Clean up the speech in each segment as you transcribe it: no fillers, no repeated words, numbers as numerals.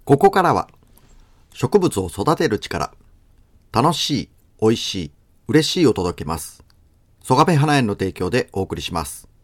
ここからは植物を育てる力、楽しい、美味しい、嬉しいを届けます。曽我部花園の提供でお送りします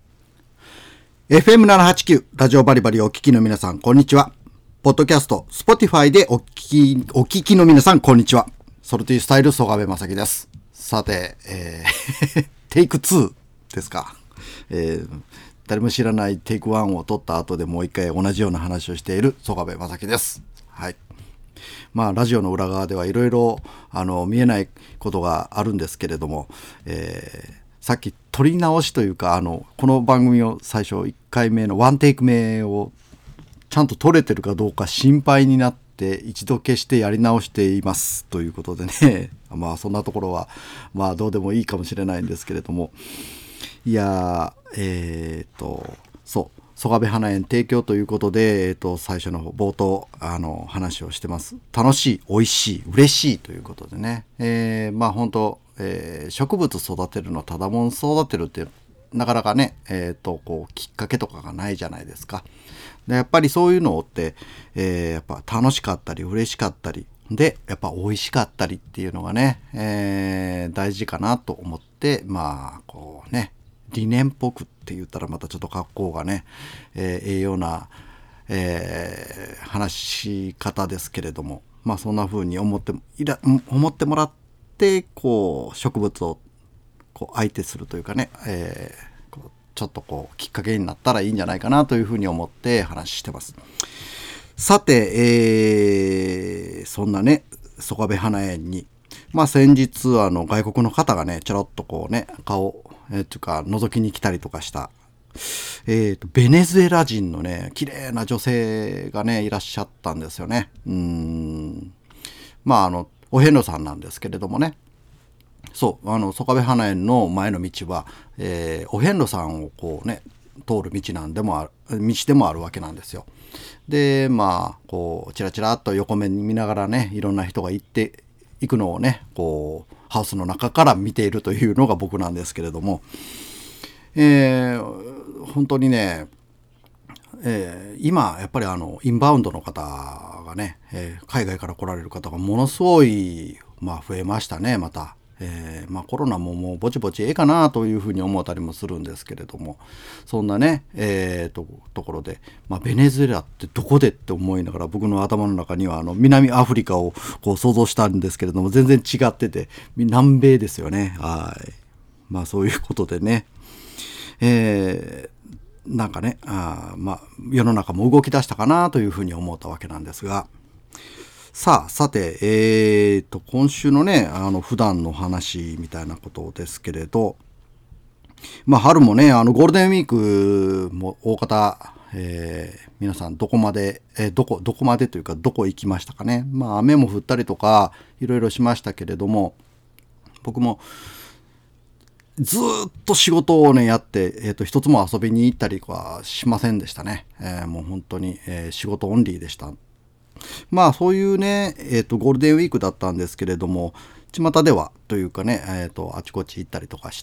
。FM789 ラジオバリバリお聞きの皆さんこんにちは。ポッドキャスト Spotify でお聞きの皆さんこんにちは。ソルティスタイル曽我部正樹です。さて、テイク2ですか。誰も知らないテイク1を取った後でもう一回同じような話をしている曽我部正樹です。はい。ラジオの裏側ではいろいろ見えないことがあるんですけれども、さっき撮り直しというかこの番組を最初1回目のワンテイク目をちゃんと撮れてるかどうか心配になって一度消してやり直していますということでねそんなところはどうでもいいかもしれないんですけれども、いやそう曽我部花園提供ということで、最初の冒頭話をしてます。楽しい、美味しい、嬉しいということでね、本当、植物育てるのただもん育てるってなかなかね、きっかけとかがないじゃないですか。でやっぱりそういうのって、やっぱ楽しかったり嬉しかったりでやっぱ美味しかったりっていうのがね、大事かなと思って理念っぽくって言ったらまたちょっと格好がね、ような、話し方ですけれども、そんな風に思ってもらって植物を相手するというかね、ちょっときっかけになったらいいんじゃないかなという風に思って話してます。さて、そんなね曽我部花園に先日外国の方がねちょろっと顔覗きに来たりとかした、ベネズエラ人のね綺麗な女性がねいらっしゃったんですよね。お遍路さんなんですけれどもね、曽我部花園の前の道は、お遍路さんを通る道でもあるわけなんですよ。でチラチラっと横目に見ながらねいろんな人が行くのをねハウスの中から見ているというのが僕なんですけれども、本当にね、今やっぱりインバウンドの方がね、海外から来られる方がものすごい増えましたね。また、コロナももうぼちぼちかなというふうに思ったりもするんですけれども、そんなね、ところで、ベネズエラってどこでって思いながら僕の頭の中には南アフリカを想像したんですけれども全然違ってて南米ですよね。はい。そういうことでね、世の中も動き出したかなというふうに思ったわけなんですが、さて、今週のね普段の話みたいなことですけれど、春もねゴールデンウィークも大方、皆さんどこまでというかどこ行きましたかね。雨も降ったりとかいろいろしましたけれども、僕もずっと仕事をねやって、一つも遊びに行ったりはしませんでしたね。もう本当に、仕事オンリーでした。そういうね、ゴールデンウィークだったんですけれども、巷ではというかね、あちこち行ったりとかして、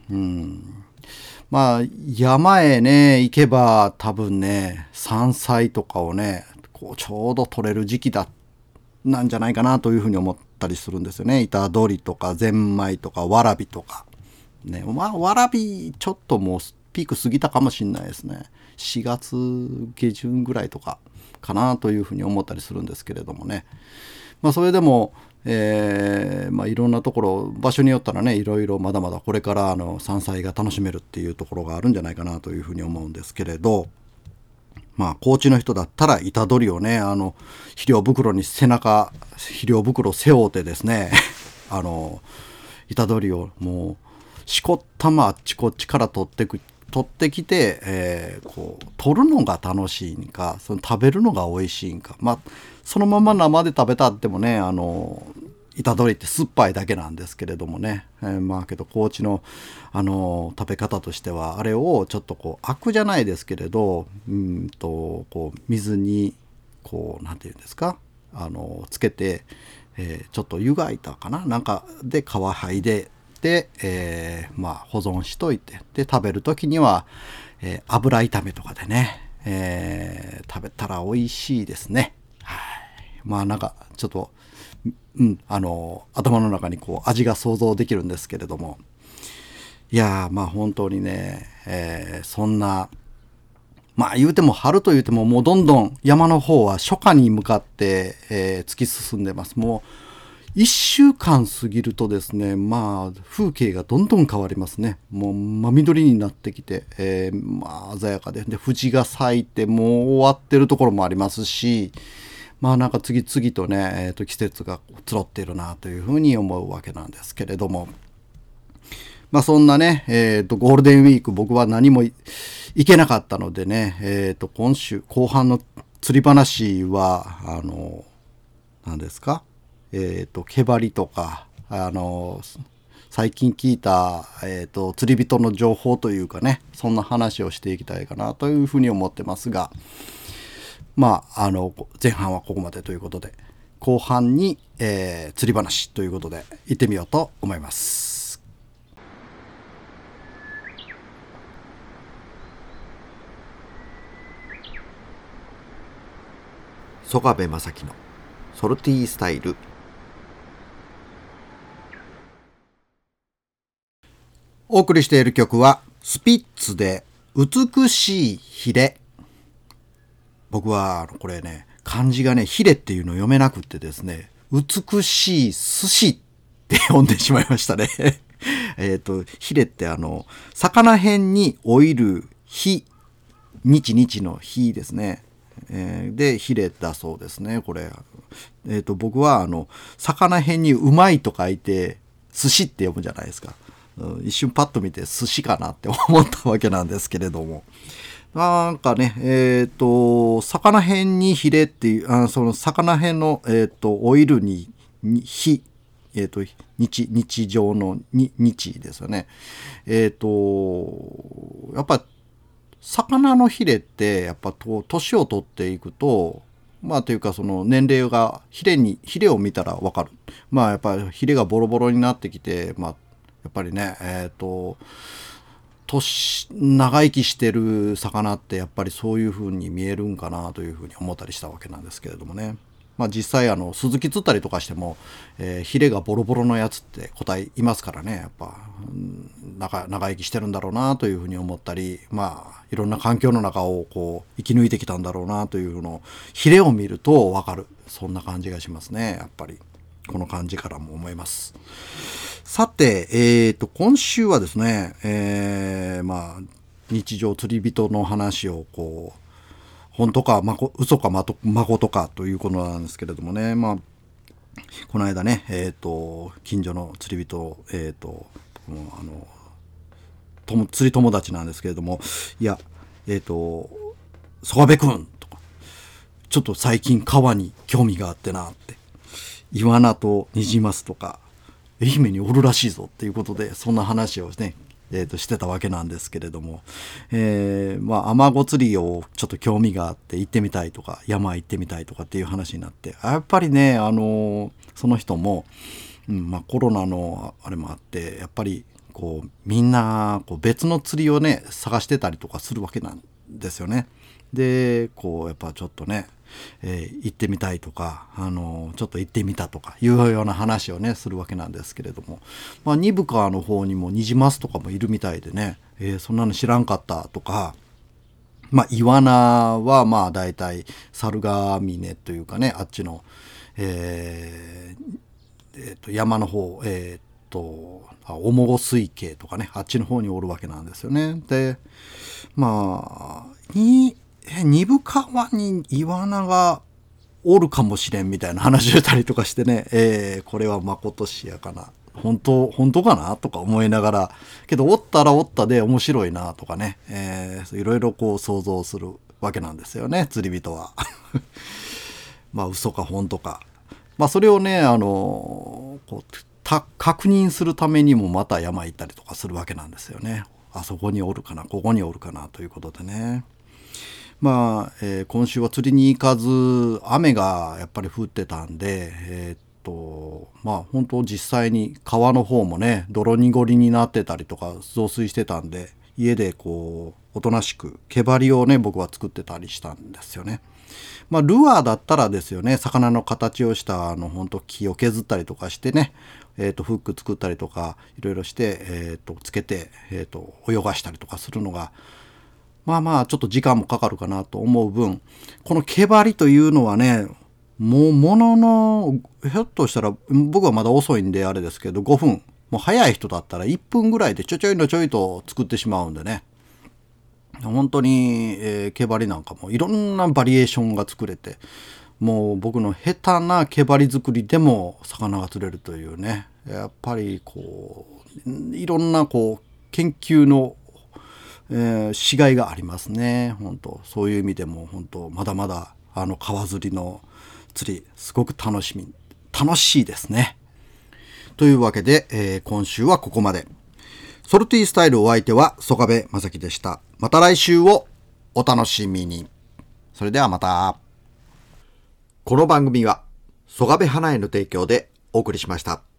山へね行けば多分ね山菜とかをねちょうど取れる時期なんじゃないかなというふうに思ったりするんですよね。板取りとかゼンマイとかわらびとかね、わらびちょっともうピーク過ぎたかもしれないですね。4月下旬ぐらいとかかなというふうに思ったりするんですけれどもね。それでも、いろんなところ場所によったらねいろいろまだまだこれから山菜が楽しめるっていうところがあるんじゃないかなというふうに思うんですけれど、高知の人だったら板取りをね肥料袋背負ってですね板取りをもうしこったあっちこっちから取ってきて、取るのが楽しいんか食べるのが美味しいんか、そのまま生で食べたってもね板取りって酸っぱいだけなんですけれどもね、けど高知の食べ方としてはあれをちょっとアクじゃないですけれど水になんていうんですかつけて、ちょっと湯がいたかなで皮剥いで保存しといてで食べる時には、油炒めとかでね、食べたら美味しいですね。はい。 まあなんかちょっと、頭の中にこう味が想像できるんですけれども、いやまあ本当にね、そんな、まあ言うても春と言うてももうどんどん山の方は初夏に向かって、突き進んでます。もう1週間過ぎるとですね、まあ風景がどんどん変わりますね。もう真緑になってきて、まあ鮮やかで、藤が咲いてもう終わってるところもありますし、まあなんか次々とね、季節が集っているなというふうに思うわけなんですけれども、まあそんなね、ゴールデンウィーク僕は何も行けなかったのでね、今週後半の釣り話は、何ですか、毛針とか、最近聞いた、釣り人の情報というかね、そんな話をしていきたいかなというふうに思ってますが、まあ、前半はここまでということで、後半に、釣り話ということで行ってみようと思います。曽我部正樹のソルティースタイル。お送りしている曲はスピッツで美しいヒレ。僕はこれね、漢字がね、ヒレっていうのを読めなくってですね、美しい寿司って読んでしまいましたね。ヒレって魚辺にオイル日、日々の日ですね。でヒレだそうですね。これ、僕は魚辺にうまいと書いて寿司って読むじゃないですか。一瞬パッと見て寿司かなって思ったわけなんですけれども、なんかね、魚辺にヒレっていう、その魚辺の、オイルに火、日常の日ですよね。やっぱ魚のヒレってやっぱ年を取っていくと、まあというかその年齢がヒレを見たらわかる。まあやっぱりヒレがボロボロになってきて、まあやっぱりね、長生きしてる魚ってやっぱりそういう風に見えるんかなという風に思ったりしたわけなんですけれどもね。まあ実際スズキ釣ったりとかしても、ヒレがボロボロのやつって個体いますからね、やっぱ、長生きしてるんだろうなというふうに思ったり、まあいろんな環境の中をこう生き抜いてきたんだろうなというのをヒレを見ると分かる、そんな感じがしますね。やっぱりこの感じからも思います。さて、今週はですね、まあ日常釣り人の話をこう本当か嘘か誠かということなんですけれどもね、まあこの間ね、近所の釣り人、釣り友達なんですけれども、いや、曽我部くんとか、ちょっと最近川に興味があってなって、イワナとニジマスとか愛媛におるらしいぞっていうことで、そんな話をね、してたわけなんですけれども、まあアマゴ釣りをちょっと興味があって行ってみたいとか、山行ってみたいとかっていう話になって、やっぱりね、その人も、まあコロナのあれもあって、やっぱりこうみんなこう別の釣りをね探してたりとかするわけなんですよね。でこうやっぱちょっとね、行ってみたいとか、ちょっと行ってみたとかいうような話をねするわけなんですけれども、まあ、二部川の方にもニジマスとかもいるみたいでね、そんなの知らんかったとか、まあイワナはまあだいたい猿ヶ峰というかね、あっちの、山の方、面水系とかね、あっちの方におるわけなんですよね。でまあ二部川にイワナがおるかもしれんみたいな話をしたりとかしてね、これはまことしやかな、本当かなとか思いながら、けどおったらおったで面白いなとかね、いろいろこう想像するわけなんですよね、釣り人は。まあ嘘か本当か、まあそれをねこう確認するためにもまた山行ったりとかするわけなんですよね。あそこにおるかな、ここにおるかなということでね。まあ、今週は釣りに行かず雨がやっぱり降ってたんで、まあ本当実際に川の方もね泥濁りになってたりとか増水してたんで、家でこうおとなしく毛針をね僕は作ってたりしたんですよね。 ルアーだったらですよね、魚の形をした本当木を削ったりとかしてね、フック作ったりとかいろいろして、つけて、泳がしたりとかするのがちょっと時間もかかるかなと思う分、この毛針というのはね、もののひょっとしたら僕はまだ遅いんであれですけど5分、もう早い人だったら1分ぐらいでちょいと作ってしまうんでね、本当に、毛針なんかもいろんなバリエーションが作れて、もう僕の下手な毛針作りでも魚が釣れるというね、やっぱりいろんな研究の、しがいがありますね。本当そういう意味でも本当まだまだ川釣りの釣りすごく楽しいですね。というわけで、今週はここまで。ソルティースタイルお相手は曽我部正樹でした。また来週をお楽しみに。それではまた。この番組は曽我部花江の提供でお送りしました。